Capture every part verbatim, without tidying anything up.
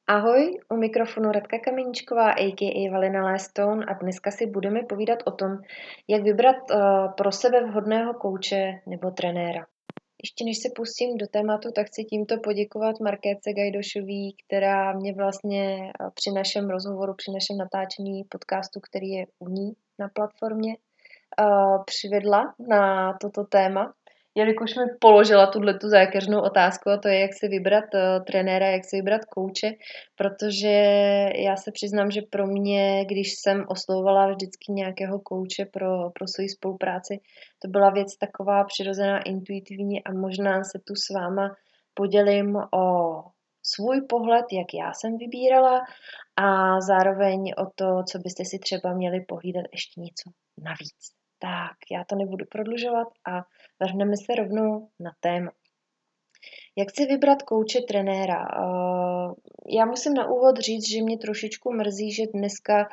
Ahoj, u mikrofonu Radka Kameničková, a k a. Valina Lestone a dneska si budeme povídat o tom, jak vybrat uh, pro sebe vhodného kouče nebo trenéra. Ještě než se pustím do tématu, tak chci tímto poděkovat Markétce Gajdošový, která mě vlastně při našem rozhovoru, při našem natáčení podcastu, který je u ní na platformě, uh, přivedla na toto téma. Jelikož mi položila tuhletu zákeřnou otázku, a to je, jak si vybrat uh, trenéra, jak si vybrat kouče, protože já se přiznám, že pro mě, když jsem oslovovala vždycky nějakého kouče pro, pro svoji spolupráci, to byla věc taková přirozená, intuitivní a možná se tu s váma podělím o svůj pohled, jak já jsem vybírala a zároveň o to, co byste si třeba měli pohlídat ještě něco navíc. Tak, já to nebudu prodlužovat a vrhneme se rovnou na téma. Jak si vybrat kouče, trenéra? Já musím na úvod říct, že mě trošičku mrzí, že dneska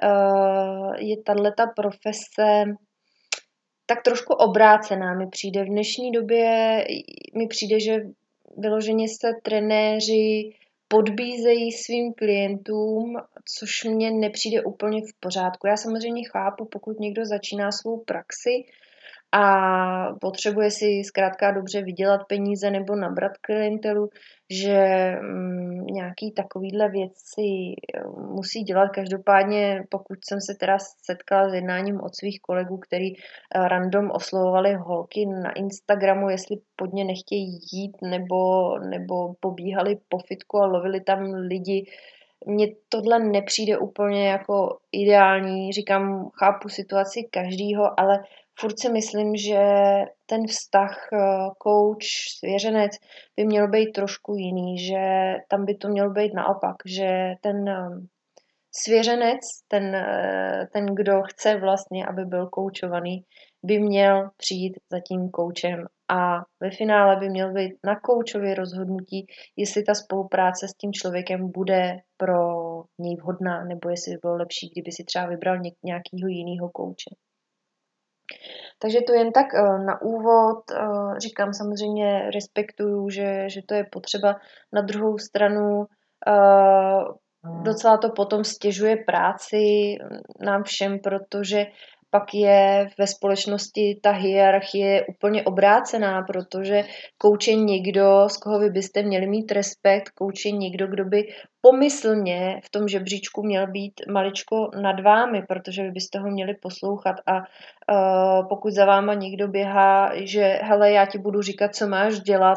je tato profese tak trošku obrácená. Mi přijde v dnešní době, mi přijde, že vyloženě se trenéři podbízejí svým klientům, což mně nepřijde úplně v pořádku. Já samozřejmě chápu, pokud někdo začíná svou praxi a potřebuje si zkrátka dobře vydělat peníze nebo nabrat klientelu, že mm, nějaký takovýhle věci musí dělat. Každopádně, pokud jsem se teda setkala s jednáním od svých kolegů, který random oslovovali holky na Instagramu, jestli pod ně nechtějí jít nebo, nebo pobíhali po fitku a lovili tam lidi, mně tohle nepřijde úplně jako ideální, říkám, chápu situaci každýho, ale furt si myslím, že ten vztah coach, svěřenec by měl být trošku jiný, že tam by to mělo být naopak, že ten svěřenec, ten, ten, kdo chce vlastně, aby byl koučovaný, by měl přijít za tím koučem a ve finále by měl být na koučově rozhodnutí, jestli ta spolupráce s tím člověkem bude pro něj vhodná, nebo jestli by bylo lepší, kdyby si třeba vybral nějakého jiného kouče. Takže to jen tak na úvod, říkám samozřejmě, respektuju, že, že to je potřeba. Na druhou stranu docela to potom stěžuje práci nám všem, protože pak je ve společnosti ta hierarchie úplně obrácená, protože kouč je někdo, z koho vy byste měli mít respekt, kouč je někdo, kdo by pomyslně v tom žebříčku měl být maličko nad vámi, protože vy byste ho měli poslouchat a uh, pokud za váma někdo běhá, že hele, já ti budu říkat, co máš dělat,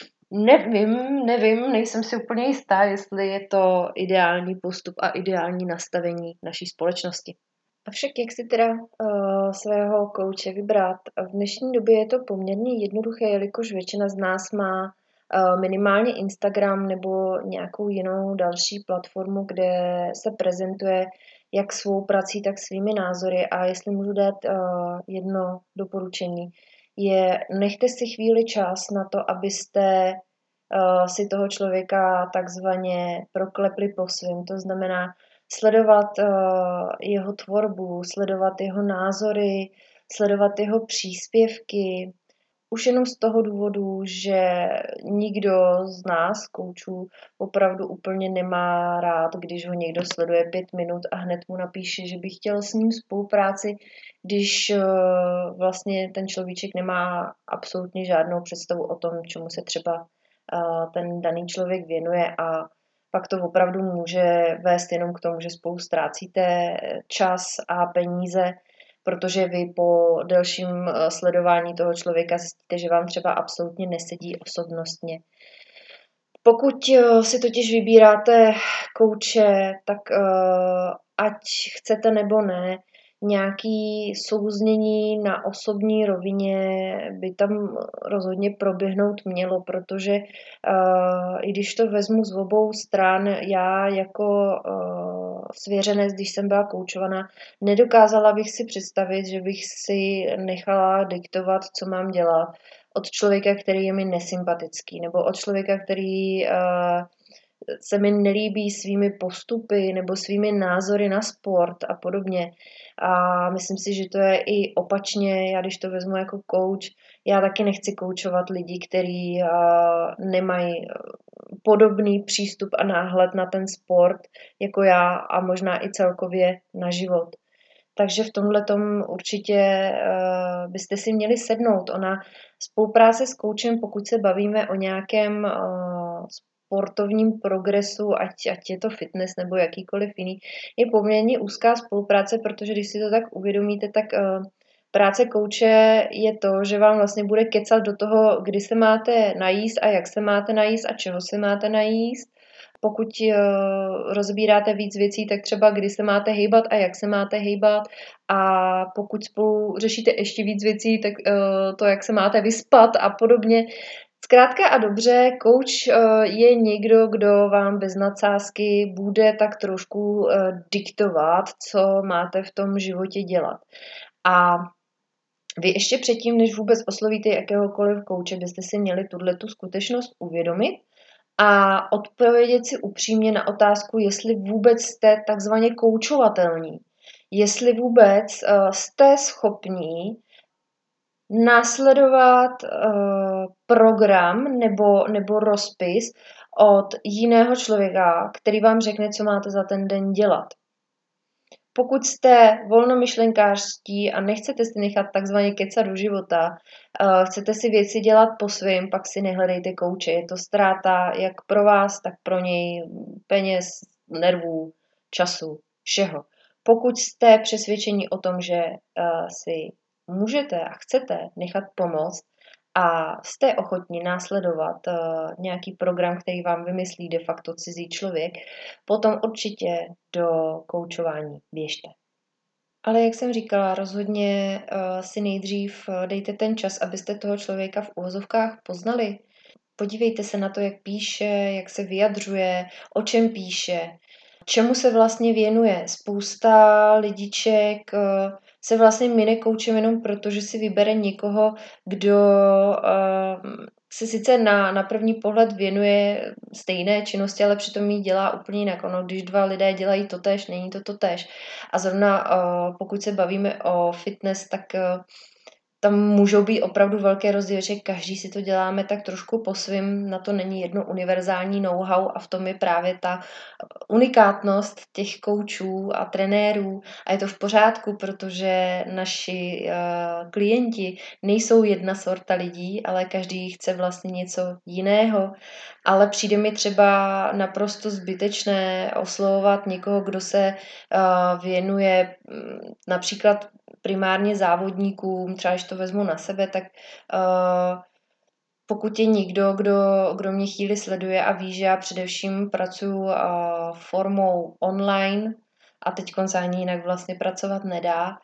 Nevím, nevím, nejsem si úplně jistá, jestli je to ideální postup a ideální nastavení naší společnosti. Avšak jak si teda uh, svého kouče vybrat? V dnešní době je to poměrně jednoduché, jelikož většina z nás má uh, minimálně Instagram nebo nějakou jinou další platformu, kde se prezentuje jak svou prací, tak svými názory. A jestli můžu dát uh, jedno doporučení, je nechte si chvíli čas na to, abyste uh, si toho člověka takzvaně proklepli po svým. To znamená sledovat uh, jeho tvorbu, sledovat jeho názory, sledovat jeho příspěvky. Už jenom z toho důvodu, že nikdo z nás, koučů, opravdu úplně nemá rád, když ho někdo sleduje pět minut a hned mu napíše, že by chtěl s ním spolupráci, když uh, vlastně ten človíček nemá absolutně žádnou představu o tom, čemu se třeba uh, ten daný člověk věnuje a pak to opravdu může vést jenom k tomu, že spolu ztrácíte čas a peníze, protože vy po delším sledování toho člověka zjistíte, že vám třeba absolutně nesedí osobnostně. Pokud si totiž vybíráte kouče, tak ať chcete nebo ne, nějaký souznění na osobní rovině by tam rozhodně proběhnout mělo, protože uh, i když to vezmu z obou stran, já jako uh, svěřenec, když jsem byla koučovaná, nedokázala bych si představit, že bych si nechala diktovat, co mám dělat od člověka, který je mi nesympatický, nebo od člověka, který uh, se mi nelíbí svými postupy nebo svými názory na sport a podobně. A myslím si, že to je i opačně, já když to vezmu jako coach, já taky nechci koučovat lidi, kteří uh, nemají podobný přístup a náhled na ten sport jako já a možná i celkově na život. Takže v tomhletom určitě uh, byste si měli sednout. Ona spolupráce s koučem, pokud se bavíme o nějakém uh, sportovním progresu, ať, ať je to fitness nebo jakýkoliv jiný, je poměrně úzká spolupráce, protože když si to tak uvědomíte, tak uh, práce kouče je to, že vám vlastně bude kecat do toho, kdy se máte najíst a jak se máte najíst a čeho se máte najíst. Pokud uh, rozbíráte víc věcí, tak třeba kdy se máte hejbat a jak se máte hejbat. A pokud spolu řešíte ještě víc věcí, tak uh, to, jak se máte vyspat a podobně. Zkrátka a dobře, coach uh, je někdo, kdo vám bez nadsázky bude tak trošku uh, diktovat, co máte v tom životě dělat. A vy ještě předtím, než vůbec oslovíte jakéhokoliv kouče, byste si měli tuhletu skutečnost uvědomit a odpovědět si upřímně na otázku, jestli vůbec jste takzvaně koučovatelní. Jestli vůbec uh, jste schopní následovat uh, program nebo, nebo rozpis od jiného člověka, který vám řekne, co máte za ten den dělat. Pokud jste volnomyšlenkářští a nechcete si nechat takzvaně kecat do života, uh, chcete si věci dělat po svým, pak si nehledejte kouče. Je to ztráta jak pro vás, tak pro něj peněz, nervů, času, všeho. Pokud jste přesvědčeni o tom, že uh, si můžete a chcete nechat pomoct a jste ochotni následovat uh, nějaký program, který vám vymyslí de facto cizí člověk, potom určitě do koučování běžte. Ale jak jsem říkala, rozhodně uh, si nejdřív dejte ten čas, abyste toho člověka v uvozovkách poznali. Podívejte se na to, jak píše, jak se vyjadřuje, o čem píše, čemu se vlastně věnuje. Spousta lidiček uh, se vlastně mine koučem jenom proto, že si vybere někoho, kdo uh, se sice na, na první pohled věnuje stejné činnosti, ale přitom ji dělá úplně jinak. Ono, když dva lidé dělají totéž, není to totéž. A zrovna uh, pokud se bavíme o fitness, tak uh, tam můžou být opravdu velké rozdíly, že každý si to děláme tak trošku po svým, na to není jedno univerzální know-how a v tom je právě ta unikátnost těch koučů a trenérů a je to v pořádku, protože naši uh, klienti nejsou jedna sorta lidí, ale každý chce vlastně něco jiného, ale přijde mi třeba naprosto zbytečné oslovovat někoho, kdo se uh, věnuje um, například primárně závodníkům, třeba když to vezmu na sebe, tak uh, pokud je někdo, kdo, kdo mě chvíli sleduje a ví, že já především pracuji uh, formou online a teď se ani jinak vlastně pracovat nedá uh,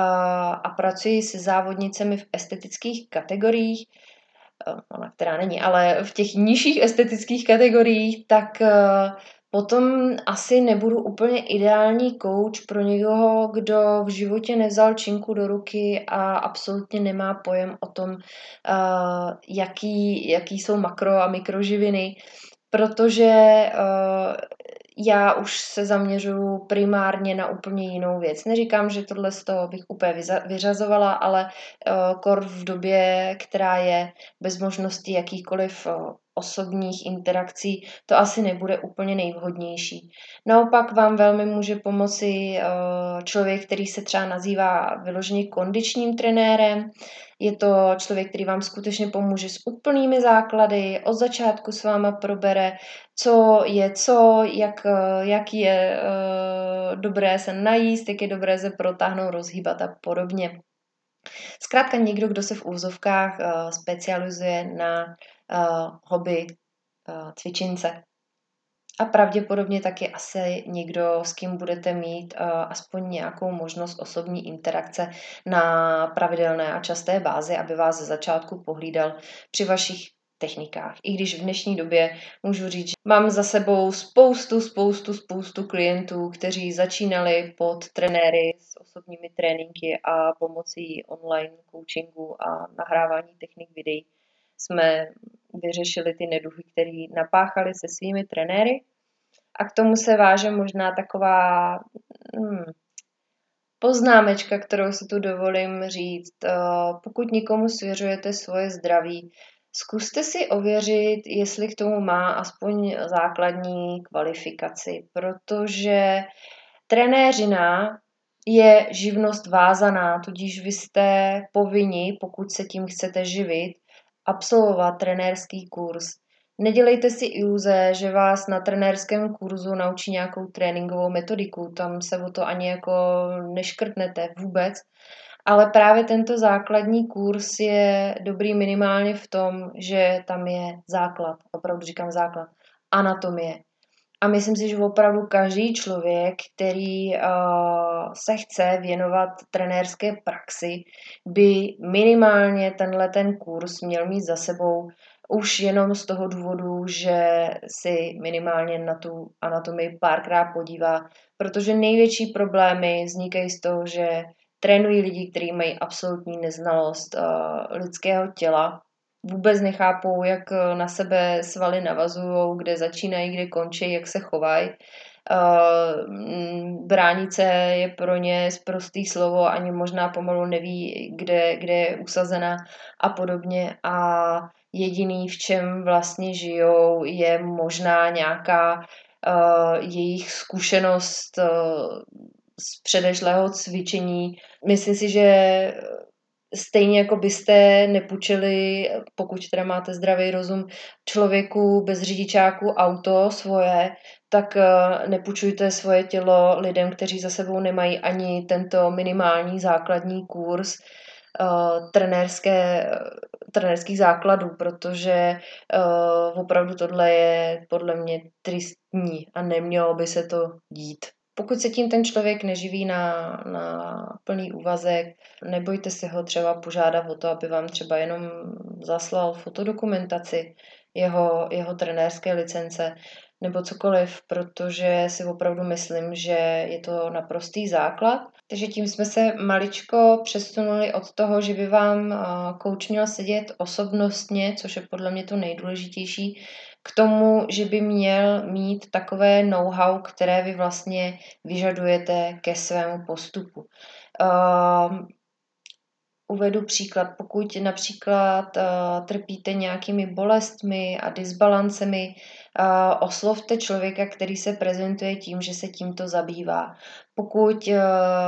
a pracuji se závodnicemi v estetických kategoriích, uh, ona která není, ale v těch nižších estetických kategoriích, tak uh, potom asi nebudu úplně ideální kouč pro někoho, kdo v životě nevzal činku do ruky a absolutně nemá pojem o tom, uh, jaký, jaký jsou makro- a mikroživiny, protože uh, já už se zaměřuju primárně na úplně jinou věc. Neříkám, že tohle z toho bych úplně vyřazovala, ale uh, kor v době, která je bez možnosti jakýchkoliv uh, osobních interakcí, to asi nebude úplně nejvhodnější. Naopak vám velmi může pomoci uh, člověk, který se třeba nazývá vyloženě kondičním trenérem. Je to člověk, který vám skutečně pomůže s úplnými základy, od začátku s váma probere, co je co, jak, jak je uh, dobré se najíst, jak je dobré se protáhnout, rozhýbat a podobně. Zkrátka někdo, kdo se v úvozovkách uh, specializuje na uh, hobby uh, cvičince. A pravděpodobně taky asi někdo, s kým budete mít uh, aspoň nějakou možnost osobní interakce na pravidelné a časté bázi, aby vás ze začátku pohlídal při vašich technikách. I když v dnešní době můžu říct, že mám za sebou spoustu, spoustu, spoustu klientů, kteří začínali pod trenéry s osobními tréninky a pomocí online coachingu a nahrávání technik videí jsme vyřešili ty neduhy, které napáchali se svými trenéry. A k tomu se váže možná taková hmm, poznámečka, kterou si tu dovolím říct. Pokud někomu svěřujete svoje zdraví, Zkuste si ověřit, jestli k tomu má aspoň základní kvalifikaci, protože trenéřina je živnost vázaná, tudíž vy jste povinni, pokud se tím chcete živit, absolvovat trenérský kurz. Nedělejte si iluze, že vás na trenérském kurzu naučí nějakou tréninkovou metodiku, tam se o to ani jako neškrtnete vůbec, ale právě tento základní kurz je dobrý minimálně v tom, že tam je základ, opravdu říkám základ, anatomie. A myslím si, že opravdu každý člověk, který uh, se chce věnovat trenérské praxi, by minimálně tenhle ten kurz měl mít za sebou už jenom z toho důvodu, že si minimálně na tu anatomii párkrát podívá, protože největší problémy vznikají z toho, že trénují lidi, kteří mají absolutní neznalost uh, lidského těla, vůbec nechápou, jak na sebe svaly navazují, kde začínají, kde končí, jak se chovají. Bránice je pro ně sprostý slovo, ani možná pomalu neví, kde, kde je usazena a podobně. A jediný, v čem vlastně žijou, je možná nějaká uh, jejich zkušenost uh, z předešlého cvičení. Myslím si, že stejně jako byste nepůjčili, pokud teda máte zdravý rozum, člověku bez řidičáku auto svoje, tak nepůjčujte svoje tělo lidem, kteří za sebou nemají ani tento minimální základní kurz uh, trenérské, trenérských základů, protože uh, opravdu tohle je podle mě tristní a nemělo by se to dít. Pokud se tím ten člověk neživí na, na plný úvazek, nebojte si ho třeba požádat o to, aby vám třeba jenom zaslal fotodokumentaci jeho, jeho trenérské licence nebo cokoliv, protože si opravdu myslím, že je to naprostý základ. Takže tím jsme se maličko přesunuli od toho, že by vám kouč měl sedět osobnostně, což je podle mě to nejdůležitější, k tomu, že by měl mít takové know-how, které vy vlastně vyžadujete ke svému postupu. Uh, uvedu příklad. Pokud například uh, trpíte nějakými bolestmi a disbalancemi, uh, oslovte člověka, který se prezentuje tím, že se tímto zabývá. Pokud uh,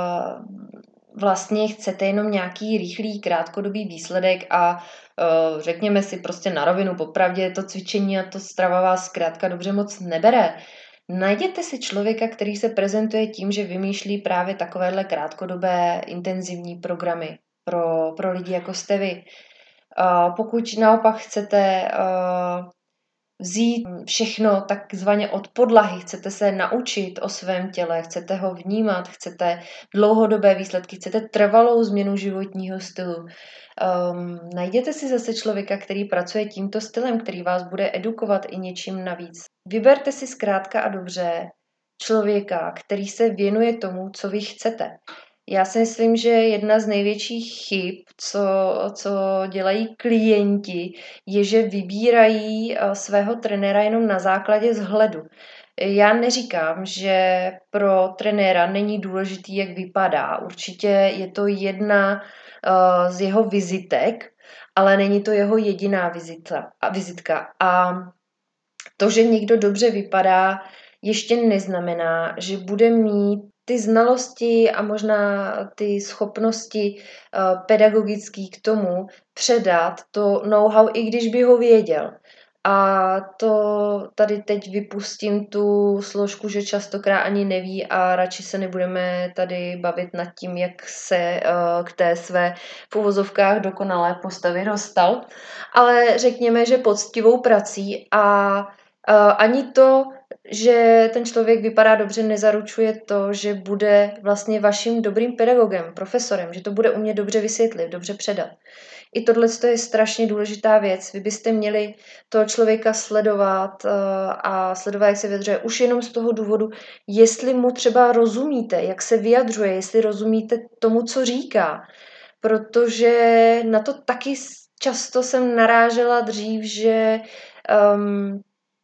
vlastně chcete jenom nějaký rychlý, krátkodobý výsledek a uh, řekněme si prostě na rovinu, popravdě to cvičení a to strava vás zkrátka dobře moc nebere, najděte si člověka, který se prezentuje tím, že vymýšlí právě takovéhle krátkodobé intenzivní programy pro, pro lidi, jako jste vy. Uh, pokud naopak chcete uh, vzít všechno takzvaně od podlahy, chcete se naučit o svém těle, chcete ho vnímat, chcete dlouhodobé výsledky, chcete trvalou změnu životního stylu. Um, najděte si zase člověka, který pracuje tímto stylem, který vás bude edukovat i něčím navíc. Vyberte si zkrátka a dobře člověka, který se věnuje tomu, co vy chcete. Já si myslím, že jedna z největších chyb, co, co dělají klienti, je, že vybírají svého trenéra jenom na základě vzhledu. Já neříkám, že pro trenéra není důležitý, jak vypadá. Určitě je to jedna z jeho vizitek, ale není to jeho jediná vizita, vizitka. A to, že někdo dobře vypadá, ještě neznamená, že bude mít ty znalosti a možná ty schopnosti uh, pedagogický k tomu předat to know-how, i když by ho věděl. A to tady teď vypustím tu složku, že častokrát ani neví a radši se nebudeme tady bavit nad tím, jak se uh, k té své v uvozovkách dokonalé postavě dostal. Ale řekněme, že poctivou prací a uh, ani to, že ten člověk vypadá dobře, nezaručuje to, že bude vlastně vaším dobrým pedagogem, profesorem, že to bude umět dobře vysvětlit, dobře předat. I tohle je strašně důležitá věc. Vy byste měli toho člověka sledovat uh, a sledovat, jak se vyjadřuje, už jenom z toho důvodu, jestli mu třeba rozumíte, jak se vyjadřuje, jestli rozumíte tomu, co říká. Protože na to taky často jsem narážela dřív, že um,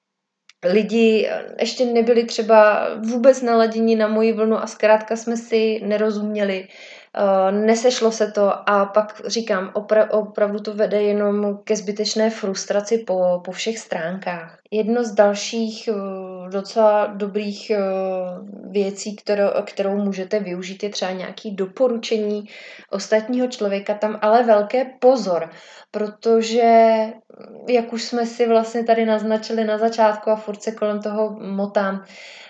lidi ještě nebyli třeba vůbec naladěni na moji vlnu a zkrátka jsme si nerozuměli. nesešlo se to a pak říkám, opra- opravdu to vede jenom ke zbytečné frustraci po, po všech stránkách. Jedno z dalších docela dobrých věcí, kterou, kterou můžete využít, je třeba nějaké doporučení ostatního člověka, tam ale velké pozor, protože jak už jsme si vlastně tady naznačili na začátku a furt se kolem toho motám,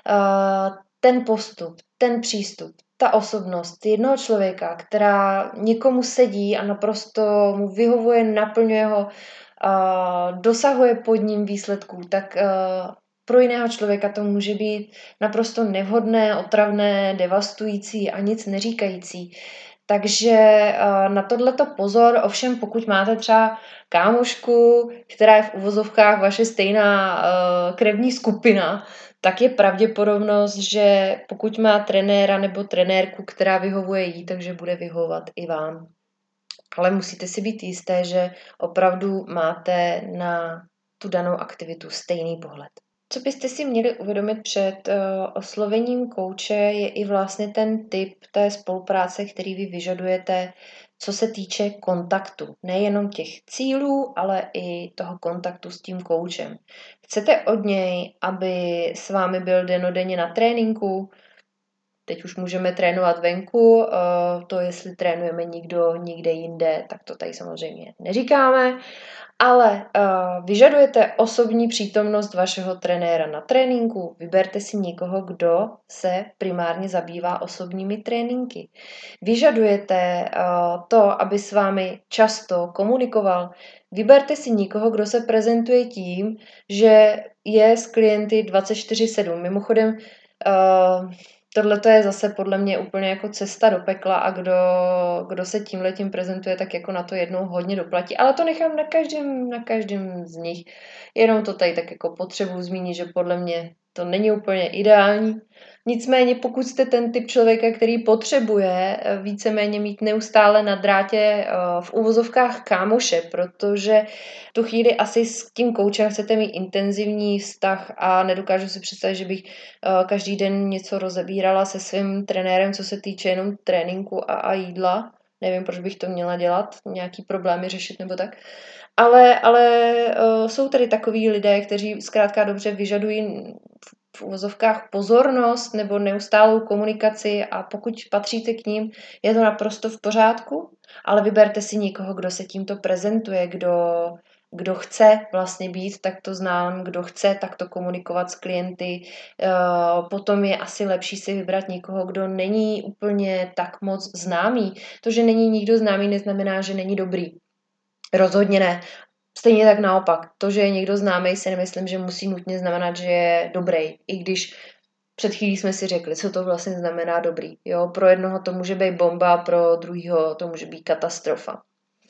ten postup, ten přístup, ta osobnost jednoho člověka, která někomu sedí a naprosto mu vyhovuje, naplňuje ho, dosahuje pod ním výsledků, tak pro jiného člověka to může být naprosto nevhodné, otravné, devastující a nic neříkající. Takže na tohleto pozor, ovšem pokud máte třeba kámošku, která je v uvozovkách vaše stejná krevní skupina, tak je pravděpodobnost, že pokud má trenéra nebo trenérku, která vyhovuje jí, takže bude vyhovovat i vám. Ale musíte si být jisté, že opravdu máte na tu danou aktivitu stejný pohled. Co byste si měli uvědomit před uh, oslovením kouče, je i vlastně ten typ té spolupráce, který vy vyžadujete, co se týče kontaktu. Nejenom těch cílů, ale i toho kontaktu s tím koučem. Chcete od něj, aby s vámi byl denodenně na tréninku? Teď už můžeme trénovat venku, to jestli trénujeme nikdo nikde jinde, tak to tady samozřejmě neříkáme, ale vyžadujete osobní přítomnost vašeho trenéra na tréninku, vyberte si někoho, kdo se primárně zabývá osobními tréninky. Vyžadujete to, aby s vámi často komunikoval, vyberte si někoho, kdo se prezentuje tím, že je s klienty dvacet čtyři sedm. Mimochodem, tohle je zase podle mě úplně jako cesta do pekla a kdo, kdo se tímhletím prezentuje, tak jako na to jednou hodně doplatí. Ale to nechám na každém, na každém z nich. Jenom to tady tak jako potřebuji zmínit, že podle mě to není úplně ideální. Nicméně pokud jste ten typ člověka, který potřebuje víceméně mít neustále na drátě v uvozovkách kámoše, protože v tu chvíli asi s tím koučem chcete mít intenzivní vztah a nedokážu si představit, že bych každý den něco rozebírala se svým trenérem, co se týče jenom tréninku a, a jídla. Nevím, proč bych to měla dělat, nějaký problémy řešit nebo tak. Ale, ale uh, jsou tady takový lidé, kteří zkrátka dobře vyžadují v uvozovkách pozornost nebo neustálou komunikaci a pokud patříte k ním, je to naprosto v pořádku, ale vyberte si někoho, kdo se tímto prezentuje, kdo, kdo chce vlastně být takto znám, kdo chce takto komunikovat s klienty. Potom je asi lepší si vybrat někoho, kdo není úplně tak moc známý. To, že není nikdo známý, neznamená, že není dobrý. Rozhodně ne. Stejně tak naopak. To, že je někdo známý, si nemyslím, že musí nutně znamenat, že je dobrý. I když před chvílí jsme si řekli, co to vlastně znamená dobrý. Jo? Pro jednoho to může být bomba, pro druhého to může být katastrofa.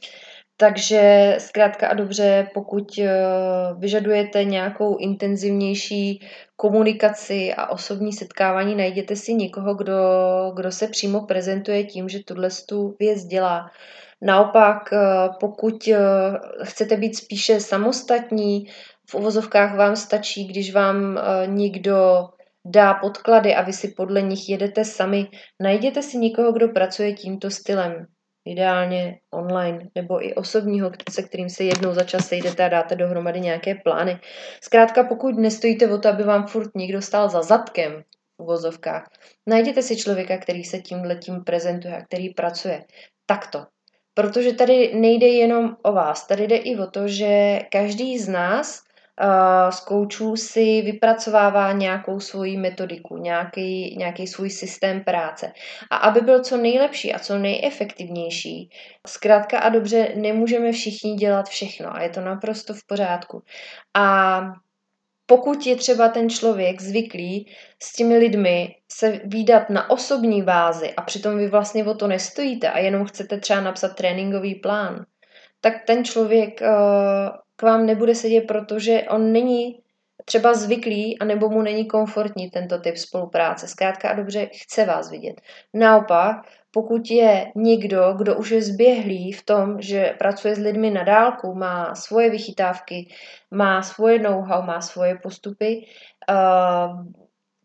Takže zkrátka a dobře, pokud vyžadujete nějakou intenzivnější komunikaci a osobní setkávání, najděte si někoho, kdo, kdo se přímo prezentuje tím, že tuhle tu věc dělá. Naopak, pokud chcete být spíše samostatní, v uvozovkách vám stačí, když vám někdo dá podklady a vy si podle nich jedete sami, najděte si někoho, kdo pracuje tímto stylem. Ideálně online nebo i osobního, se kterým se jednou za čas sejdete a dáte dohromady nějaké plány. Zkrátka, pokud nestojíte o to, aby vám furt někdo stál za zadkem v uvozovkách, najděte si člověka, který se tímhletím prezentuje a který pracuje takto. Protože tady nejde jenom o vás, tady jde i o to, že každý z nás uh, z koučů si vypracovává nějakou svoji metodiku, nějaký, nějaký svůj systém práce. A aby byl co nejlepší a co nejefektivnější, zkrátka a dobře nemůžeme všichni dělat všechno a je to naprosto v pořádku. A pokud je třeba ten člověk zvyklý s těmi lidmi se vídat na osobní bázi a přitom vy vlastně o to nestojíte a jenom chcete třeba napsat tréninkový plán, tak ten člověk uh, k vám nebude sedět, protože on není třeba zvyklý, anebo mu není komfortní tento typ spolupráce. Zkrátka a dobře chce vás vidět. Naopak, pokud je někdo, kdo už je zběhlý v tom, že pracuje s lidmi na dálku, má svoje vychytávky, má svoje know-how, má svoje postupy,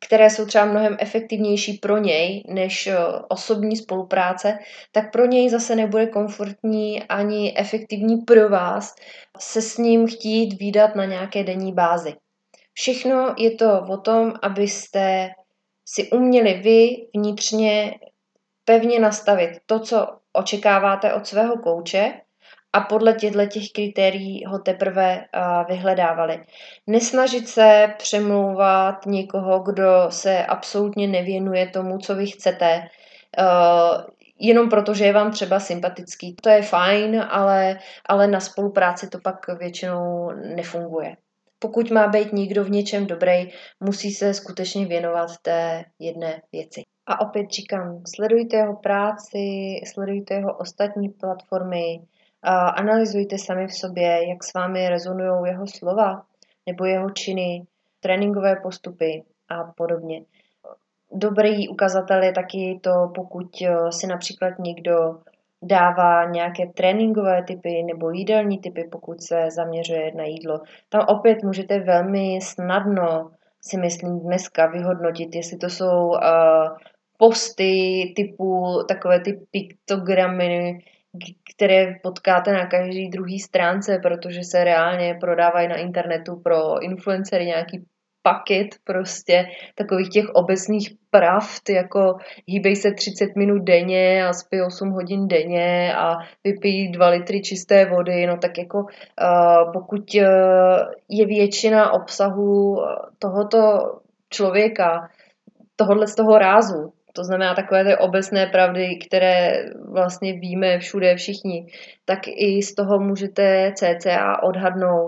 které jsou třeba mnohem efektivnější pro něj než osobní spolupráce, tak pro něj zase nebude komfortní ani efektivní pro vás se s ním chtít vídat na nějaké denní bázi. Všechno je to o tom, abyste si uměli vy vnitřně pevně nastavit to, co očekáváte od svého kouče a podle těchto těch kritérií ho teprve uh, vyhledávali. Nesnažit se přemlouvat někoho, kdo se absolutně nevěnuje tomu, co vy chcete, uh, jenom proto, že je vám třeba sympatický. To je fajn, ale, ale na spolupráci to pak většinou nefunguje. Pokud má být někdo v něčem dobrý, musí se skutečně věnovat té jedné věci. A opět říkám, sledujte jeho práci, sledujte jeho ostatní platformy, a analyzujte sami v sobě, jak s vámi rezonují jeho slova nebo jeho činy, tréninkové postupy a podobně. Dobrý ukazatel je taky to, pokud si například někdo dává nějaké tréninkové typy nebo jídelní typy, pokud se zaměřuje na jídlo. Tam opět můžete velmi snadno, si myslím dneska, vyhodnotit, jestli to jsou uh, posty typu takové ty piktogramy, které potkáte na každý druhý stránce, protože se reálně prodávají na internetu pro influencery nějaký paket prostě takových těch obecných pravd, jako hýbej se třicet minut denně a spí osm hodin denně a vypij dva litry čisté vody, no tak jako uh, pokud uh, je většina obsahu tohoto člověka, tohohle z toho rázu, to znamená takové ty obecné pravdy, které vlastně víme všude všichni, tak i z toho můžete cca odhadnout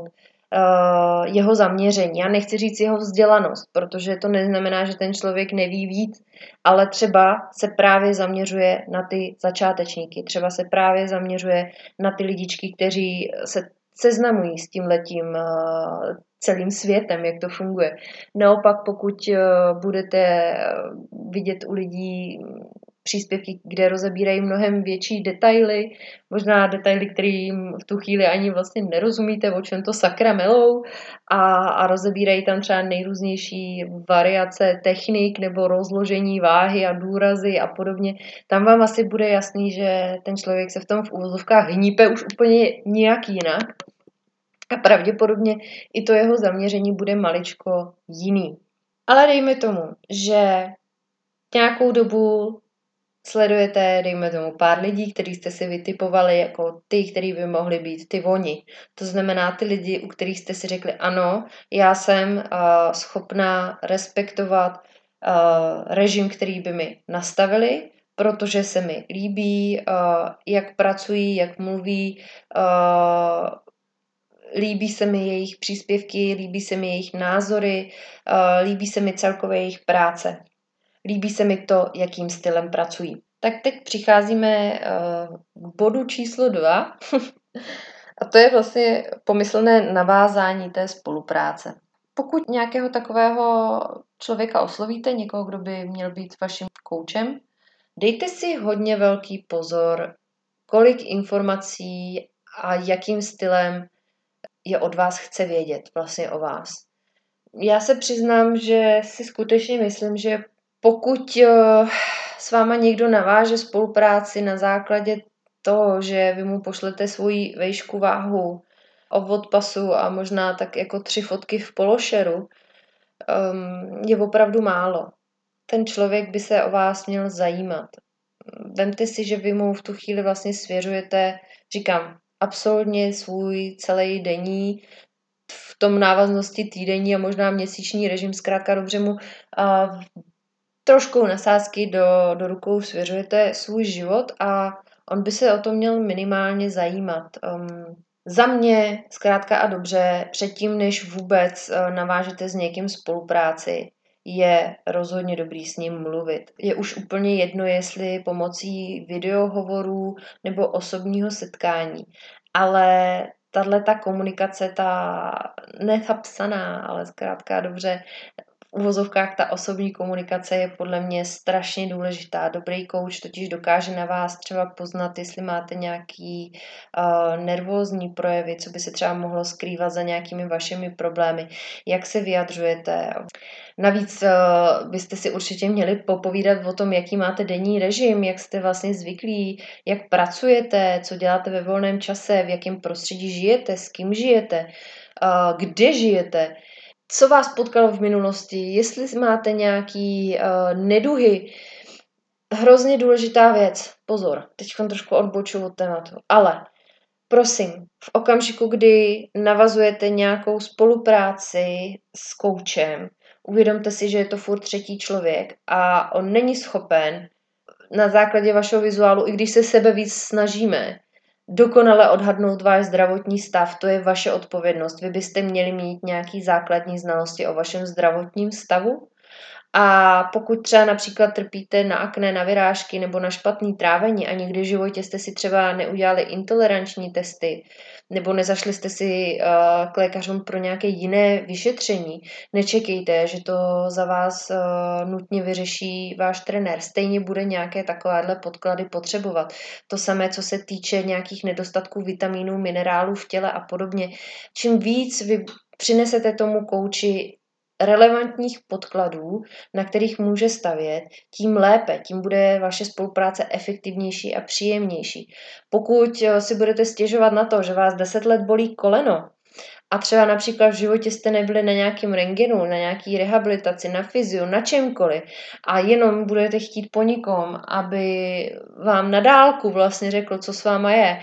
uh, jeho zaměření. Já nechci říct jeho vzdělanost, protože to neznamená, že ten člověk neví víc, ale třeba se právě zaměřuje na ty začátečníky, třeba se právě zaměřuje na ty lidičky, kteří se seznamují s tímhletím uh, celým světem, jak to funguje. Naopak, pokud budete vidět u lidí příspěvky, kde rozebírají mnohem větší detaily, možná detaily, kterým v tu chvíli ani vlastně nerozumíte, o čem to sakra melou, a, a rozebírají tam třeba nejrůznější variace technik nebo rozložení váhy a důrazy a podobně, tam vám asi bude jasný, že ten člověk se v tom v úvozovkách hnípe už úplně nějak jinak. A pravděpodobně i to jeho zaměření bude maličko jiný. Ale dejme tomu, že nějakou dobu sledujete, dejme tomu, pár lidí, který jste si vytipovali jako ty, který by mohli být ty oni. To znamená ty lidi, u kterých jste si řekli, ano, já jsem uh, schopná respektovat uh, režim, který by mi nastavili, protože se mi líbí, uh, jak pracují, jak mluví, uh, líbí se mi jejich příspěvky, líbí se mi jejich názory, uh, líbí se mi celkově jejich práce. Líbí se mi to, jakým stylem pracují. Tak teď přicházíme uh, k bodu číslo dva. A to je vlastně pomyslné navázání té spolupráce. Pokud nějakého takového člověka oslovíte, někoho, kdo by měl být vaším koučem, dejte si hodně velký pozor, kolik informací a jakým stylem je od vás chce vědět, vlastně o vás. Já se přiznám, že si skutečně myslím, že pokud s váma někdo naváže spolupráci na základě toho, že vy mu pošlete svoji vejšku, váhu, obvod pasu a možná tak jako tři fotky v pološeru, um, je opravdu málo. Ten člověk by se o vás měl zajímat. Vemte si, že vy mu v tu chvíli vlastně svěřujete, říkám, absolutně svůj celý denní, v tom návaznosti týdenní a možná měsíční režim, zkrátka dobře mu uh, trošku nasázky do, do rukou svěřujete svůj život a on by se o to měl minimálně zajímat. Um, za mě, zkrátka a dobře, předtím, než vůbec uh, navážete s někým spolupráci, je rozhodně dobrý s ním mluvit. Je už úplně jedno, jestli pomocí videohovorů nebo osobního setkání, ale tahle ta komunikace, ta ne ta psaná, ale zkrátka dobře, v uvozovkách ta osobní komunikace je podle mě strašně důležitá. Dobrý coach totiž dokáže na vás třeba poznat, jestli máte nějaký uh, nervózní projevy, co by se třeba mohlo skrývat za nějakými vašimi problémy, jak se vyjadřujete. Navíc uh, byste si určitě měli popovídat o tom, jaký máte denní režim, jak jste vlastně zvyklí, jak pracujete, co děláte ve volném čase, v jakém prostředí žijete, s kým žijete, uh, kde žijete, co vás potkalo v minulosti, jestli máte nějaký uh, neduhy. Hrozně důležitá věc. Pozor, teď trošku odbočuji od tématu, ale prosím, v okamžiku, kdy navazujete nějakou spolupráci s koučem, uvědomte si, že je to furt třetí člověk a on není schopen na základě vašeho vizuálu, i když se sebe víc snažíme, dokonale odhadnout váš zdravotní stav, to je vaše odpovědnost. Vy byste měli mít nějaký základní znalosti o vašem zdravotním stavu. A pokud třeba například trpíte na akné, na vyrážky nebo na špatný trávení a nikdy v životě jste si třeba neudělali intoleranční testy nebo nezašli jste si uh, k lékařům pro nějaké jiné vyšetření, nečekejte, že to za vás uh, nutně vyřeší váš trenér. Stejně bude nějaké takovéhle podklady potřebovat. To samé, co se týče nějakých nedostatků vitamínů, minerálů v těle a podobně. Čím víc vy přinesete tomu kouči relevantních podkladů, na kterých může stavět, tím lépe, tím bude vaše spolupráce efektivnější a příjemnější. Pokud si budete stěžovat na to, že vás deset let bolí koleno a třeba například v životě jste nebyli na nějakém rentgenu, na nějaký rehabilitaci, na fyziu, na čemkoliv a jenom budete chtít po nikom, aby vám na dálku vlastně řekl, co s váma je,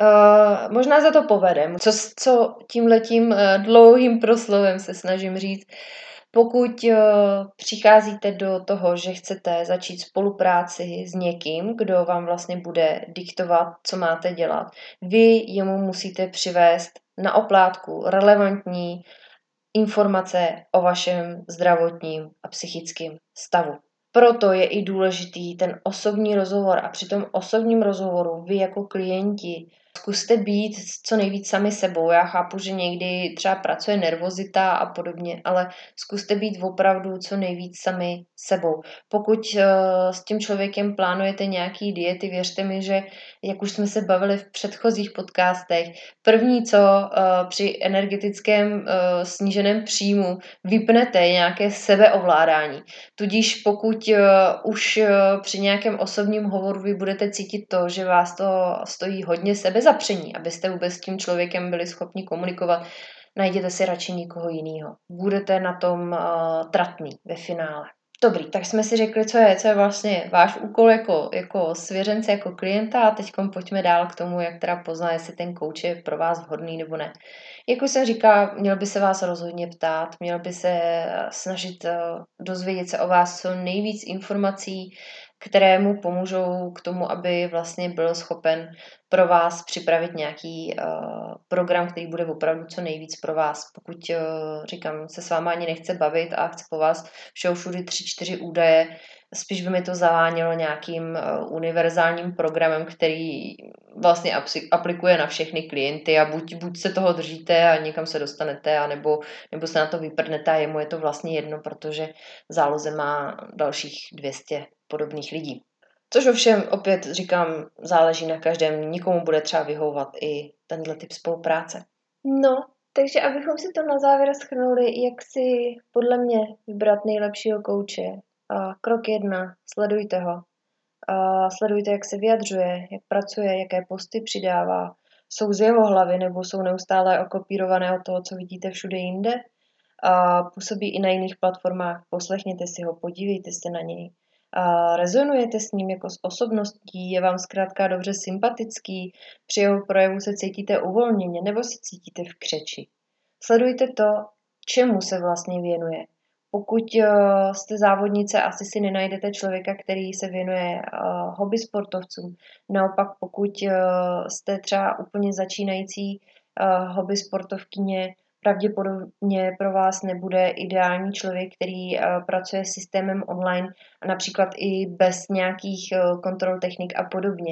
Uh, možná za to povedem. Co, co tímhletím uh, dlouhým proslovem se snažím říct, pokud uh, přicházíte do toho, že chcete začít spolupráci s někým, kdo vám vlastně bude diktovat, co máte dělat, vy jemu musíte přivést na oplátku relevantní informace o vašem zdravotním a psychickém stavu. Proto je i důležitý ten osobní rozhovor a při tom osobním rozhovoru vy jako klienti zkuste být co nejvíc sami sebou. Já chápu, že někdy třeba pracuje nervozita a podobně, ale zkuste být opravdu co nejvíc sami sebou. Pokud uh, s tím člověkem plánujete nějaký diety, věřte mi, že jak už jsme se bavili v předchozích podcastech, první, co uh, při energetickém uh, sníženém příjmu vypnete, je nějaké sebeovládání. Tudíž pokud uh, už uh, při nějakém osobním hovoru vy budete cítit to, že vás to stojí hodně sebezapření, abyste vůbec s tím člověkem byli schopni komunikovat, najděte si radši někoho jiného. Budete na tom uh, tratný ve finále. Dobrý, tak jsme si řekli, co je, co je vlastně váš úkol jako, jako svěřence, jako klienta a teď pojďme dál k tomu, jak teda pozná, jestli ten coach je pro vás vhodný nebo ne. Jak už jsem říkala, měl by se vás rozhodně ptát, měl by se snažit dozvědět se o vás co nejvíc informací, které mu pomůžou k tomu, aby vlastně byl schopen pro vás připravit nějaký uh, program, který bude opravdu co nejvíc pro vás. Pokud, uh, říkám, se s váma ani nechce bavit a chce po vás všeho všudy tři, čtyři údaje, spíš by mi to zavánělo nějakým uh, univerzálním programem, který vlastně aplikuje na všechny klienty a buď, buď se toho držíte a někam se dostanete, anebo, nebo se na to vyprdnete a jemu je to vlastně jedno, protože v záloze má dalších dvě stě podobných lidí. Což ovšem opět říkám, záleží na každém, nikomu bude třeba vyhovovat i tenhle typ spolupráce. No, takže abychom si to na závěr shrnuli, jak si podle mě vybrat nejlepšího kouče. Krok jedna, sledujte ho. Sledujte, jak se vyjadřuje, jak pracuje, jaké posty přidává. Jsou z jeho hlavy nebo jsou neustále okopírované od toho, co vidíte všude jinde. Působí i na jiných platformách, poslechněte si ho, podívejte se na něj. A rezonujete s ním jako s osobností, je vám zkrátka dobře sympatický, při jeho projevu se cítíte uvolněně nebo se cítíte v křeči. Sledujte to, čemu se vlastně věnuje. Pokud uh, jste závodnice, asi si nenajdete člověka, který se věnuje uh, hobby sportovcům. Naopak, pokud uh, jste třeba úplně začínající uh, hobby sportovkyně, pravděpodobně pro vás nebude ideální člověk, který uh, pracuje s systémem online a například i bez nějakých uh, kontrol technik a podobně.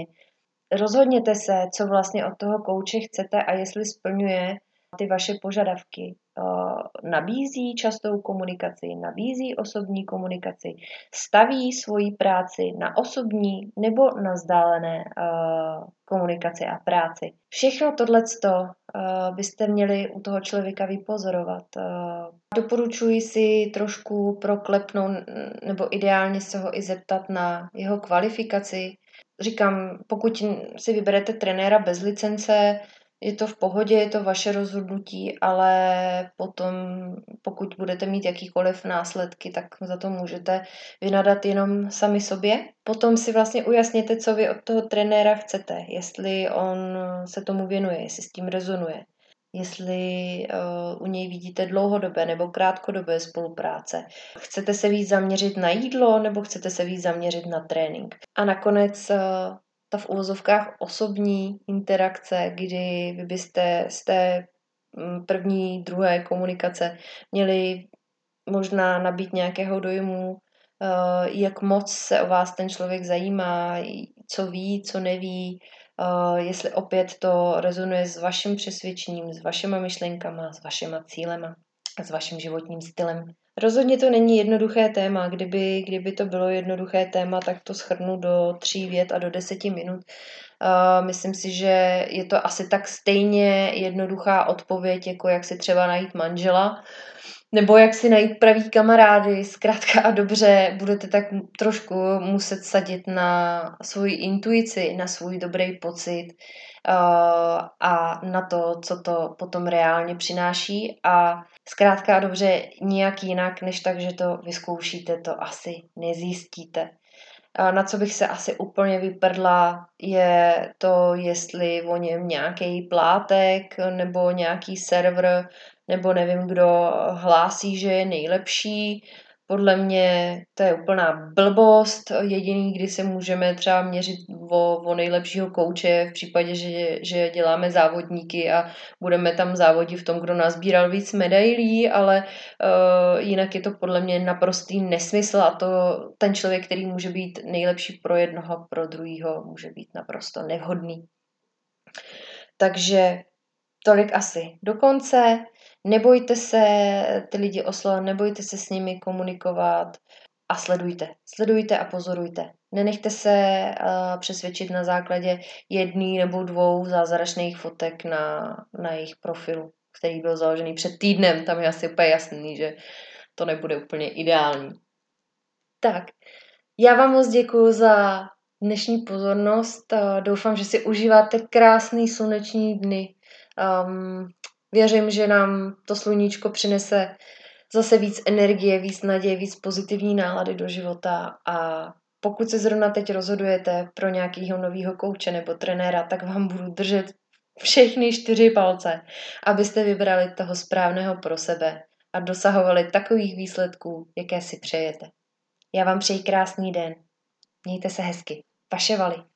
Rozhodněte se, co vlastně od toho kouče chcete a jestli splňuje ty vaše požadavky. nabízí častou komunikaci, nabízí osobní komunikaci, staví svoji práci na osobní nebo na vzdálené komunikaci a práci. Všechno tohleto byste měli u toho člověka vypozorovat. Doporučuji si trošku proklepnout nebo ideálně se ho i zeptat na jeho kvalifikaci. Říkám, pokud si vyberete trenéra bez licence, je to v pohodě, je to vaše rozhodnutí, ale potom, pokud budete mít jakýkoliv následky, tak za to můžete vynadat jenom sami sobě. Potom si vlastně ujasněte, co vy od toho trenéra chcete, jestli on se tomu věnuje, jestli s tím rezonuje, jestli uh, u něj vidíte dlouhodobé nebo krátkodobé spolupráce. Chcete se víc zaměřit na jídlo nebo chcete se víc zaměřit na trénink. A nakonec uh, ta v uvozovkách osobní interakce, kdy vy byste z té první, druhé komunikace měli možná nabít nějakého dojmu, jak moc se o vás ten člověk zajímá, co ví, co neví, jestli opět to rezonuje s vaším přesvědčením, s vašima myšlenkama, s vašima cílema, s vaším životním stylem. Rozhodně to není jednoduché téma. Kdyby, kdyby to bylo jednoduché téma, tak to shrnu do tří vět a do deseti minut. Uh, myslím si, že je to asi tak stejně jednoduchá odpověď, jako jak si třeba najít manžela, nebo jak si najít pravý kamarády. Zkrátka a dobře, budete tak trošku muset sadit na svoji intuici, na svůj dobrý pocit uh, a na to, co to potom reálně přináší. A zkrátka a dobře, nijak jinak, než tak, že to vyzkoušíte, to asi nezjistíte. Na co bych se asi úplně vyprdla, je to, jestli o něm nějaký plátek nebo nějaký server nebo nevím kdo hlásí, že je nejlepší. Podle mě to je úplná blbost. Jediný, kdy se můžeme třeba měřit o, o nejlepšího kouče v případě, že, že děláme závodníky a budeme tam závodit v tom, kdo nazbíral víc medailí, ale uh, jinak je to podle mě naprostý nesmysl a to ten člověk, který může být nejlepší pro jednoho, pro druhýho, může být naprosto nevhodný. Takže tolik asi do konce. Nebojte se ty lidi oslovovat, nebojte se s nimi komunikovat a sledujte. Sledujte a pozorujte. Nenechte se uh, přesvědčit na základě jedný nebo dvou zázračných fotek na, na jejich profilu, který byl založený před týdnem. Tam je asi úplně jasný, že to nebude úplně ideální. Tak, já vám moc děkuju za dnešní pozornost. Uh, doufám, že si užíváte krásný sluneční dny. Um, Věřím, že nám to sluníčko přinese zase víc energie, víc naděje, víc pozitivní nálady do života a pokud se zrovna teď rozhodujete pro nějakého nového kouče nebo trenéra, tak vám budu držet všechny čtyři palce, abyste vybrali toho správného pro sebe a dosahovali takových výsledků, jaké si přejete. Já vám přeji krásný den. Mějte se hezky. Vaše Vali.